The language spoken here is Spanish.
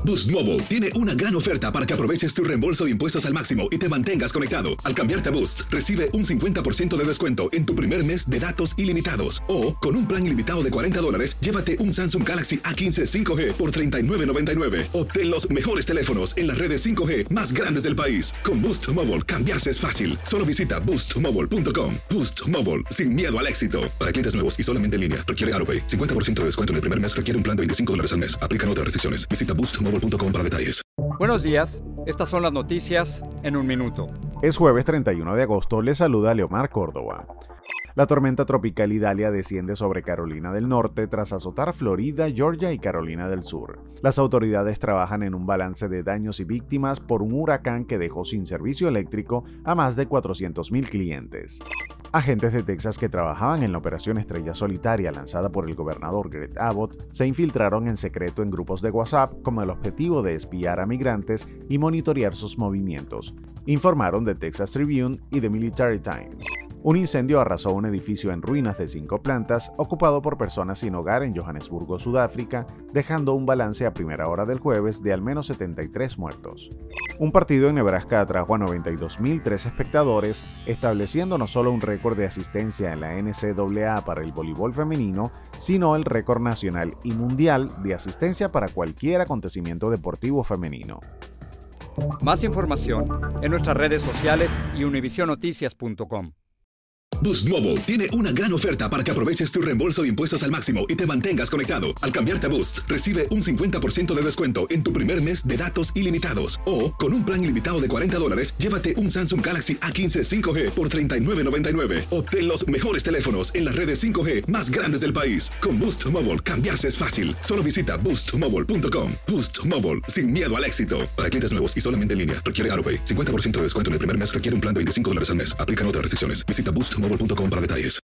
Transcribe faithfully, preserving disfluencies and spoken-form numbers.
Boost Mobile tiene una gran oferta para que aproveches tu reembolso de impuestos al máximo y te mantengas conectado. Al cambiarte a Boost, recibe un cincuenta por ciento de descuento en tu primer mes de datos ilimitados. O, con un plan ilimitado de cuarenta dólares, llévate un Samsung Galaxy A quince cinco G por treinta y nueve noventa y nueve. Obtén los mejores teléfonos en las redes cinco G más grandes del país. Con Boost Mobile, cambiarse es fácil. Solo visita boost mobile punto com. Boost Mobile, sin miedo al éxito. Para clientes nuevos y solamente en línea, requiere AutoPay. cincuenta por ciento de descuento en el primer mes requiere un plan de veinticinco dólares al mes. Aplican otras restricciones. Visita boost mobile punto com para detalles. Buenos días, estas son las noticias en un minuto. Es jueves treinta y uno de agosto, le saluda Leomar Córdoba. La tormenta tropical Idalia desciende sobre Carolina del Norte tras azotar Florida, Georgia y Carolina del Sur. Las autoridades trabajan en un balance de daños y víctimas por un huracán que dejó sin servicio eléctrico a más de cuatrocientos mil clientes. Agentes de Texas que trabajaban en la operación Estrella Solitaria lanzada por el gobernador Greg Abbott se infiltraron en secreto en grupos de WhatsApp con el objetivo de espiar a migrantes y monitorear sus movimientos, informaron The Texas Tribune y The Military Times. Un incendio arrasó un edificio en ruinas de cinco plantas ocupado por personas sin hogar en Johannesburgo, Sudáfrica, dejando un balance a primera hora del jueves de al menos setenta y tres muertos. Un partido en Nebraska atrajo a noventa y dos mil tres espectadores, estableciendo no solo un récord de asistencia en la N C A A para el voleibol femenino, sino el récord nacional y mundial de asistencia para cualquier acontecimiento deportivo femenino. Más información en nuestras redes sociales y univision noticias punto com. Boost Mobile tiene una gran oferta para que aproveches tu reembolso de impuestos al máximo y te mantengas conectado. Al cambiarte a Boost, recibe un cincuenta por ciento de descuento en tu primer mes de datos ilimitados. O, con un plan ilimitado de cuarenta dólares, llévate un Samsung Galaxy A quince cinco G por treinta y nueve noventa y nueve. Obtén los mejores teléfonos en las redes cinco G más grandes del país. Con Boost Mobile, cambiarse es fácil. Solo visita boost mobile punto com. Boost Mobile, sin miedo al éxito. Para clientes nuevos y solamente en línea, requiere AutoPay. cincuenta por ciento de descuento en el primer mes requiere un plan de veinticinco dólares al mes. Aplican otras restricciones. Visita boost mobile punto com para detalles.